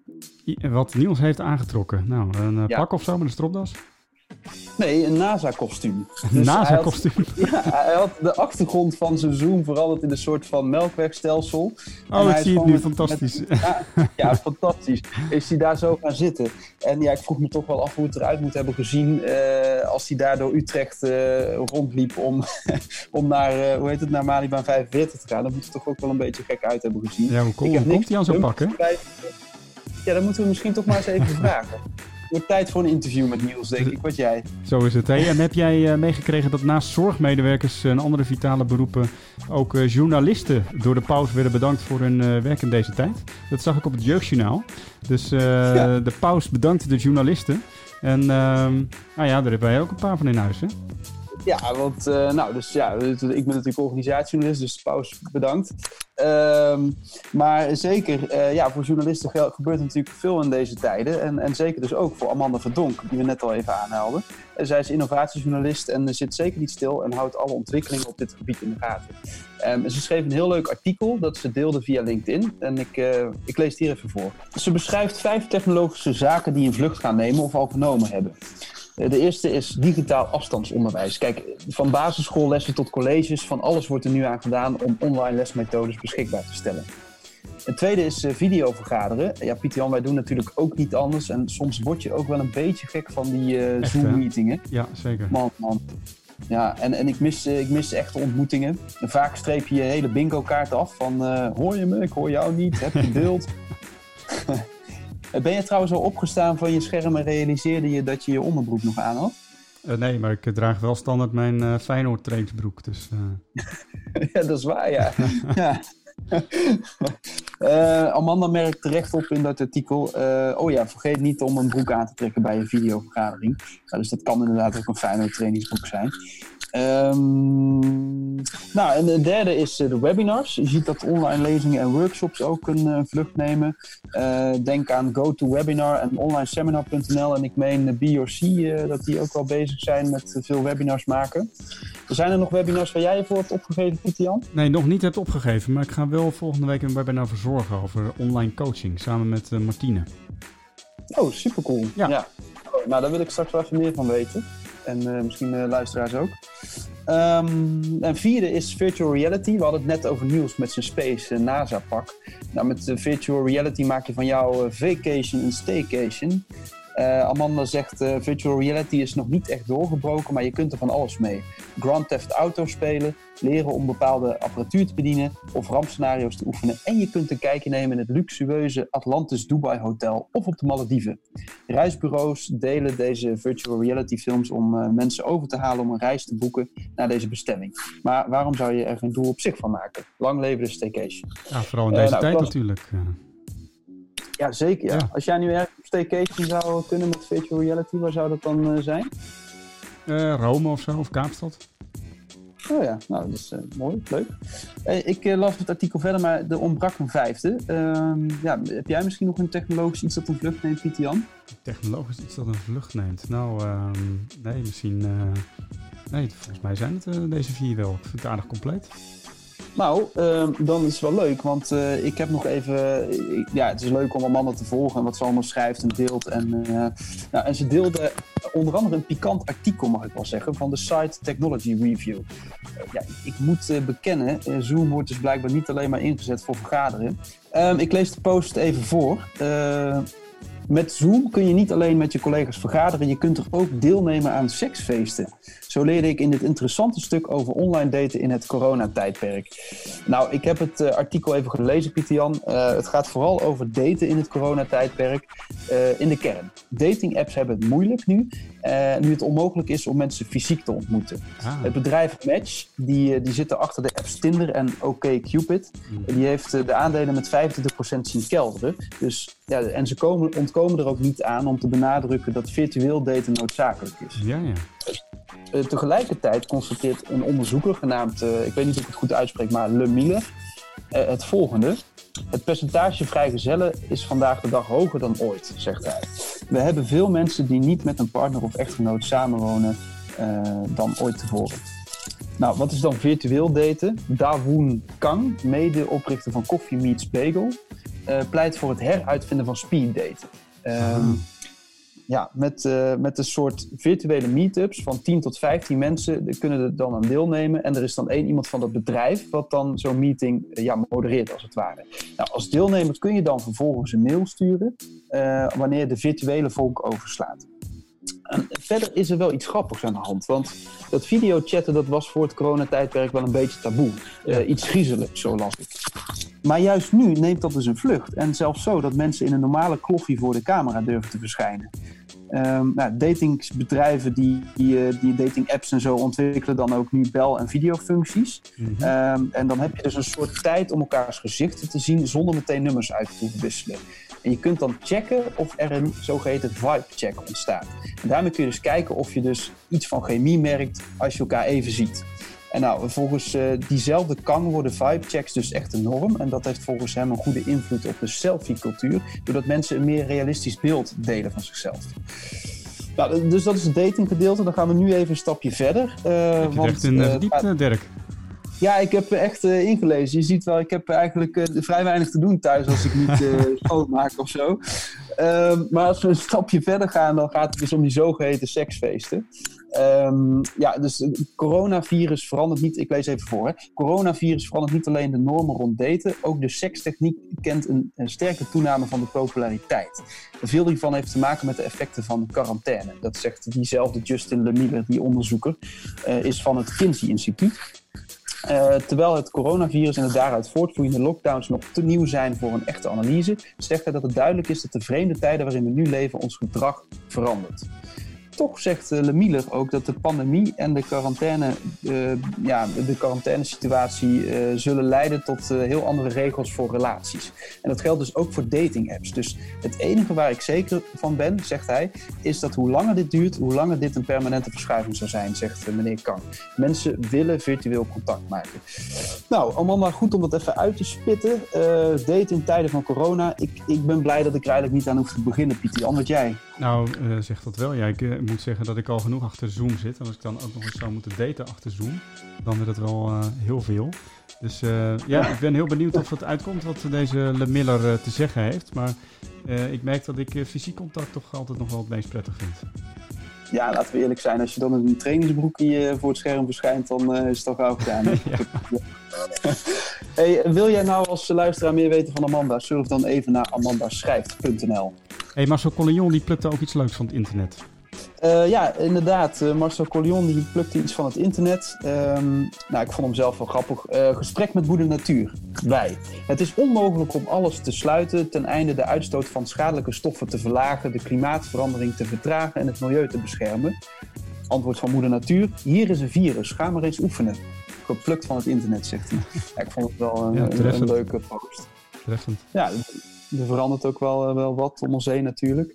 I- wat Niels heeft aangetrokken? Nou, een uh, ja. pak of zo met een stropdas? Nee, een NASA-kostuum. Een dus NASA-kostuum? Hij had, ja, hij had de achtergrond van zijn Zoom veranderd in een soort van melkwegstelsel. Oh, ik zie het nu, met, fantastisch. Met, ja, ja, fantastisch. Is hij daar zo gaan zitten. En ja, ik vroeg me toch wel af hoe het eruit moet hebben gezien uh, als hij daar door Utrecht uh, rondliep om, om naar, uh, hoe heet het, naar Malibaan vijfenveertig te gaan. Dat moet er toch ook wel een beetje gek uit hebben gezien. Ja, hoe cool. Hoe komt hij aan zo'n pak, hè? Ja, dat moeten we misschien toch maar eens even vragen. Het wordt tijd voor een interview met Niels, denk ik. Wat jij? Zo is het. Hey, en heb jij uh, meegekregen dat naast zorgmedewerkers en andere vitale beroepen ook uh, journalisten door de paus werden bedankt voor hun uh, werk in deze tijd? Dat zag ik op het Jeugdjournaal. Dus uh, ja. de paus bedankt de journalisten. En uh, nou ja, daar hebben wij ook een paar van in huis, hè? Ja, want uh, nou, dus ja, ik ben natuurlijk organisatiejournalist, dus paus bedankt. Um, maar zeker, uh, ja, voor journalisten gebeurt er natuurlijk veel in deze tijden. En, en zeker dus ook voor Amanda Verdonk, die we net al even aanhaalden. Uh, zij is innovatiejournalist en zit zeker niet stil en houdt alle ontwikkelingen op dit gebied in de gaten. Um, ze schreef een heel leuk artikel dat ze deelde via LinkedIn. En ik, uh, ik lees het hier even voor. Ze beschrijft vijf technologische zaken die een vlucht gaan nemen of al genomen hebben. De eerste is digitaal afstandsonderwijs. Kijk, van basisschoollessen tot colleges, van alles wordt er nu aan gedaan om online lesmethodes beschikbaar te stellen. Het tweede is uh, videovergaderen. Ja, Pieter-Jan, wij doen natuurlijk ook niet anders. En soms word je ook wel een beetje gek van die uh, Zoom-meetingen. Ja, zeker. Man, man. Ja, en, en ik, mis, uh, ik mis echte ontmoetingen. En vaak streep je je hele bingo-kaart af van uh, hoor je me, ik hoor jou niet, heb je beeld? Ben je trouwens al opgestaan van je scherm en realiseerde je dat je je onderbroek nog aan had? Uh, nee, maar ik uh, draag wel standaard mijn uh, Feyenoord trainingsbroek. Dus, uh... ja, dat is waar, ja. ja. uh, Amanda merkt terecht op in dat artikel. Uh, oh ja, vergeet niet om een broek aan te trekken bij een videovergadering. Ja, dus dat kan inderdaad ook een Feyenoord trainingsbroek zijn. Um, nou, en de derde is uh, de webinars. Je ziet dat online lezingen en workshops ook een uh, vlucht nemen. Uh, denk aan GoToWebinar en onlineseminar punt n l. En ik meen uh, B O C, uh, dat die ook wel bezig zijn met uh, veel webinars maken. Zijn er nog webinars waar jij je voor hebt opgegeven, Pieter-Jan? Nee, nog niet heb opgegeven. Maar ik ga wel volgende week een webinar verzorgen over online coaching. Samen met uh, Martine. Oh, supercool. Ja. ja. Oh, nou, daar wil ik straks wel even meer van weten. En uh, misschien uh, luisteraars ook. Um, en vierde is virtual reality. We hadden het net over Niels met zijn Space uh, NASA-pak. Nou, met uh, virtual reality maak je van jou uh, vacation een staycation. Uh, Amanda zegt, uh, virtual reality is nog niet echt doorgebroken, maar je kunt er van alles mee. Grand Theft Auto spelen, leren om bepaalde apparatuur te bedienen of rampscenario's te oefenen. En je kunt een kijkje nemen in het luxueuze Atlantis Dubai Hotel of op de Malediven. Reisbureaus delen deze virtual reality films om uh, mensen over te halen om een reis te boeken naar deze bestemming. Maar waarom zou je er geen doel op zich van maken? Lang leven de staycation. Ja, vooral in deze uh, nou, tijd klas... natuurlijk. Uh... Ja, zeker. Ja. Ja. Als jij nu ergens op staycation zou kunnen met virtual reality, waar zou dat dan uh, zijn? Uh, Rome of zo, of Kaapstad. Oh ja, nou dat is uh, mooi, leuk. Uh, ik uh, las het artikel verder, maar er ontbrak een vijfde. Uh, ja, heb jij misschien nog een technologisch iets dat een vlucht neemt, Pieter-Jan? Technologisch iets dat een vlucht neemt? Nou, uh, nee, misschien... Uh... Nee, volgens mij zijn het uh, deze vier wel. Ik vind het aardig compleet. Nou, uh, dan is het wel leuk, want uh, ik heb nog even... Ik, ja, het is leuk om Amanda te volgen en wat ze allemaal schrijft en deelt. En, uh, nou, en ze deelde onder andere een pikant artikel, mag ik wel zeggen, van de site Technology Review. Uh, ja, ik moet uh, bekennen, uh, Zoom wordt dus blijkbaar niet alleen maar ingezet voor vergaderen. Um, ik lees de post even voor. Uh, Met Zoom kun je niet alleen met je collega's vergaderen, je kunt er ook deelnemen aan seksfeesten. Zo leerde ik in dit interessante stuk over online daten in het coronatijdperk. Nou, ik heb het uh, artikel even gelezen, Pieter-Jan. Uh, het gaat vooral over daten in het coronatijdperk uh, in de kern. Dating apps hebben het moeilijk nu, uh, nu het onmogelijk is om mensen fysiek te ontmoeten. Ah. Het bedrijf Match, die, die zit achter de apps Tinder en OkCupid. Mm. Die heeft uh, de aandelen met vijfentwintig procent zien kelderen. Dus, ja, en ze komen, ontkomen er ook niet aan om te benadrukken dat virtueel daten noodzakelijk is. Ja, ja. Uh, tegelijkertijd constateert een onderzoeker genaamd, uh, ik weet niet of ik het goed uitspreek, maar Le Miller, uh, het volgende. Het percentage vrijgezellen is vandaag de dag hoger dan ooit, zegt hij. We hebben veel mensen die niet met een partner of echtgenoot samenwonen uh, dan ooit tevoren. Nou, wat is dan virtueel daten? Da-Woon Kang, medeoprichter van Coffee Meets Bagel, uh, pleit voor het heruitvinden van speed daten. Um, Ja, met, uh, met een soort virtuele meetups van tien tot vijftien mensen kunnen er dan aan deelnemen. En er is dan één iemand van dat bedrijf wat dan zo'n meeting uh, ja, modereert als het ware. Nou, als deelnemer kun je dan vervolgens een mail sturen uh, wanneer de virtuele vonk overslaat. En verder is er wel iets grappigs aan de hand. Want dat videochatten dat was voor het coronatijdperk wel een beetje taboe. Uh, iets griezeligs, zo las ik. Maar juist nu neemt dat dus een vlucht. En zelfs zo dat mensen in een normale kloffie voor de camera durven te verschijnen. Um, nou, datingsbedrijven die, die, die dating apps en zo ontwikkelen dan ook nu bel- en videofuncties. Mm-hmm. Um, en dan heb je dus een soort tijd om elkaars gezichten te zien zonder meteen nummers uit te hoeven wisselen. En je kunt dan checken of er een zogeheten vibe-check ontstaat. En daarmee kun je dus kijken of je dus iets van chemie merkt als je elkaar even ziet. En nou, volgens uh, diezelfde Kang worden vibe-checks dus echt de norm. En dat heeft volgens hem een goede invloed op de selfie-cultuur. Doordat mensen een meer realistisch beeld delen van zichzelf. Nou, dus dat is het datinggedeelte. Dan gaan we nu even een stapje verder. Uh, heb je want, echt in uh, verdiept, uh, Dirk? Ja, ik heb echt uh, ingelezen. Je ziet wel, ik heb eigenlijk uh, vrij weinig te doen thuis als ik niet uh, schoonmaak of zo. Uh, maar als we een stapje verder gaan, dan gaat het dus om die zogeheten seksfeesten. Um, ja, dus het coronavirus verandert niet, ik lees even voor. Hè. Coronavirus verandert niet alleen de normen rond daten, ook de sekstechniek kent een, een sterke toename van de populariteit. Veel hiervan heeft te maken met de effecten van de quarantaine. Dat zegt diezelfde Justin Le Miller, die onderzoeker, uh, is van het Kinsey Instituut. Uh, terwijl het coronavirus en de daaruit voortvloeiende lockdowns nog te nieuw zijn voor een echte analyse, zegt hij dat het duidelijk is dat de vreemde tijden waarin we nu leven ons gedrag verandert. Toch zegt uh, Le Miller ook dat de pandemie en de quarantaine, uh, ja, de quarantainesituatie uh, zullen leiden tot uh, heel andere regels voor relaties. En dat geldt dus ook voor dating apps. Dus het enige waar ik zeker van ben, zegt hij, is dat hoe langer dit duurt, hoe langer dit een permanente verschuiving zou zijn, zegt uh, meneer Kang. Mensen willen virtueel contact maken. Nou, Amanda, goed om dat even uit te spitten. Uh, daten in tijden van corona. Ik, ik ben blij dat ik er eigenlijk niet aan hoef te beginnen, Pieter. Wat jij? Nou, uh, zeg dat wel. Ja, ik uh, moet zeggen dat ik al genoeg achter Zoom zit. En als ik dan ook nog eens zou moeten daten achter Zoom, dan wordt het wel uh, heel veel. Dus uh, ja, ja, ik ben heel benieuwd of het uitkomt wat deze Le Miller uh, te zeggen heeft. Maar uh, ik merk dat ik uh, fysiek contact toch altijd nog wel het meest prettig vind. Ja, laten we eerlijk zijn. Als je dan in een trainingsbroekje voor het scherm verschijnt, dan uh, is het al gauw gedaan. Ja. Hey, wil jij nou als luisteraar meer weten van Amanda? Surf dan even naar amanda schrijft punt n l. Hey, Marcel Collignon die plukte ook iets leuks van het internet. Uh, ja, inderdaad. Uh, Marcel Collignon die plukte iets van het internet. Um, nou, ik vond hem zelf wel grappig. Uh, gesprek met moeder natuur. Wij. Het is onmogelijk om alles te sluiten ten einde de uitstoot van schadelijke stoffen te verlagen, de klimaatverandering te vertragen en het milieu te beschermen. Antwoord van moeder natuur. Hier is een virus. Ga maar eens oefenen. Geplukt van het internet, zegt hij. Ja, ik vond het wel een, ja, een, een leuke post. Treffend. Ja, er verandert ook wel, wel wat om ons heen natuurlijk.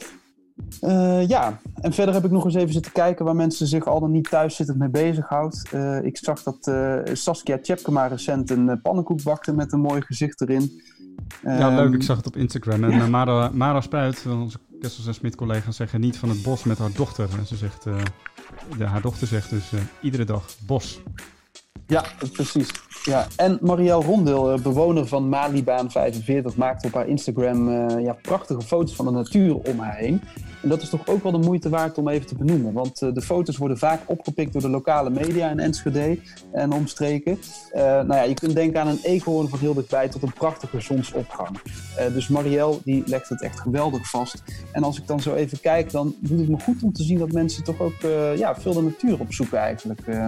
Uh, ja, en verder heb ik nog eens even zitten kijken waar mensen zich al dan niet thuis zitten mee bezighoudt. Uh, ik zag dat uh, Saskia Tjepkema recent een uh, pannenkoek bakte met een mooi gezicht erin. Um, ja, leuk. Ik zag het op Instagram. En ja. uh, Mara, Mara Spruit, onze Kessels en Smit collega's, zeggen niet van het bos met haar dochter. En ze zegt, uh, de, haar dochter zegt dus uh, iedere dag bos. Ja, precies. Ja. En Marielle Rondeel, bewoner van Malibaan vijfenveertig, maakte op haar Instagram uh, ja, prachtige foto's van de natuur om haar heen. En dat is toch ook wel de moeite waard om even te benoemen. Want uh, de foto's worden vaak opgepikt door de lokale media in Enschede en omstreken. Uh, nou ja, je kunt denken aan een eekhoorn van heel dichtbij tot een prachtige zonsopgang. Uh, dus Marielle die legt het echt geweldig vast. En als ik dan zo even kijk, dan doet het me goed om te zien dat mensen toch ook uh, ja, veel de natuur opzoeken eigenlijk. Uh.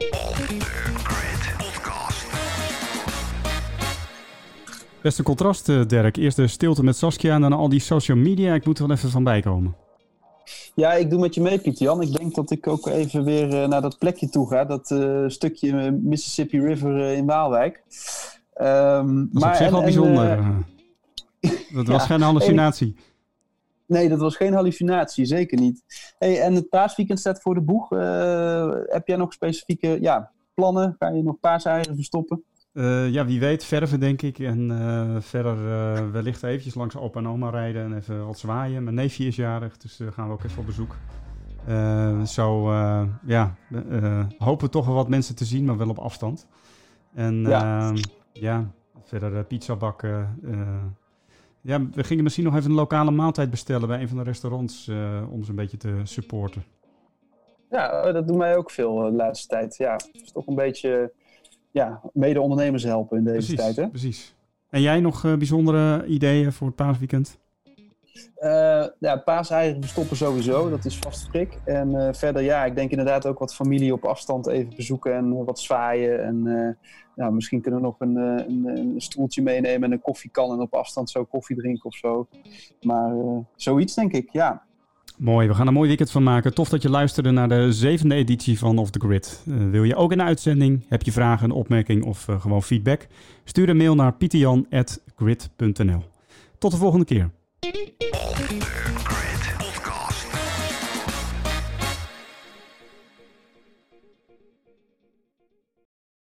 Beste contrast, Dirk. Eerst de stilte met Saskia en dan al die social media. Ik moet er wel even van bijkomen. Ja, ik doe met je mee, Pieter-Jan. Ik denk dat ik ook even weer uh, naar dat plekje toe ga. Dat uh, stukje Mississippi River uh, in Waalwijk. Um, dat is maar, op zich en, wel bijzonder. En, uh, dat was ja, geen hallucinatie. En, nee, dat was geen hallucinatie. Zeker niet. Hey, en het paasweekend staat voor de boeg. Uh, heb jij nog specifieke ja, plannen? Ga je nog paaseieren verstoppen? Uh, ja, wie weet, verven denk ik. En uh, verder uh, wellicht eventjes langs opa en oma rijden en even wat zwaaien. Mijn neefje is jarig, dus uh, gaan we ook even op bezoek. Uh, zo, uh, ja, uh, hopen toch wel wat mensen te zien, maar wel op afstand. En ja, uh, ja verder uh, pizza bakken. Uh, ja, we gingen misschien nog even een lokale maaltijd bestellen bij een van de restaurants uh, om ze een beetje te supporten. Ja, dat doet mij ook veel uh, de laatste tijd. Ja, het is toch een beetje... Ja, mede-ondernemers helpen in deze precies, tijd, hè? Precies. En jij nog uh, bijzondere ideeën voor het paasweekend? Uh, ja, paaseieren verstoppen sowieso, dat is vast prik. En uh, verder, ja, ik denk inderdaad ook wat familie op afstand even bezoeken en uh, wat zwaaien. En uh, nou, misschien kunnen we nog een, uh, een, een stoeltje meenemen en een koffiekan en op afstand zo koffie drinken of zo. Maar uh, zoiets, denk ik, ja. Mooi, we gaan er een mooi weekend van maken. Tof dat je luisterde naar de zevende editie van Off The Grid. Uh, wil je ook in de uitzending? Heb je vragen, een opmerking of uh, gewoon feedback? Stuur een mail naar pieterjan at grid punt n l. Tot de volgende keer.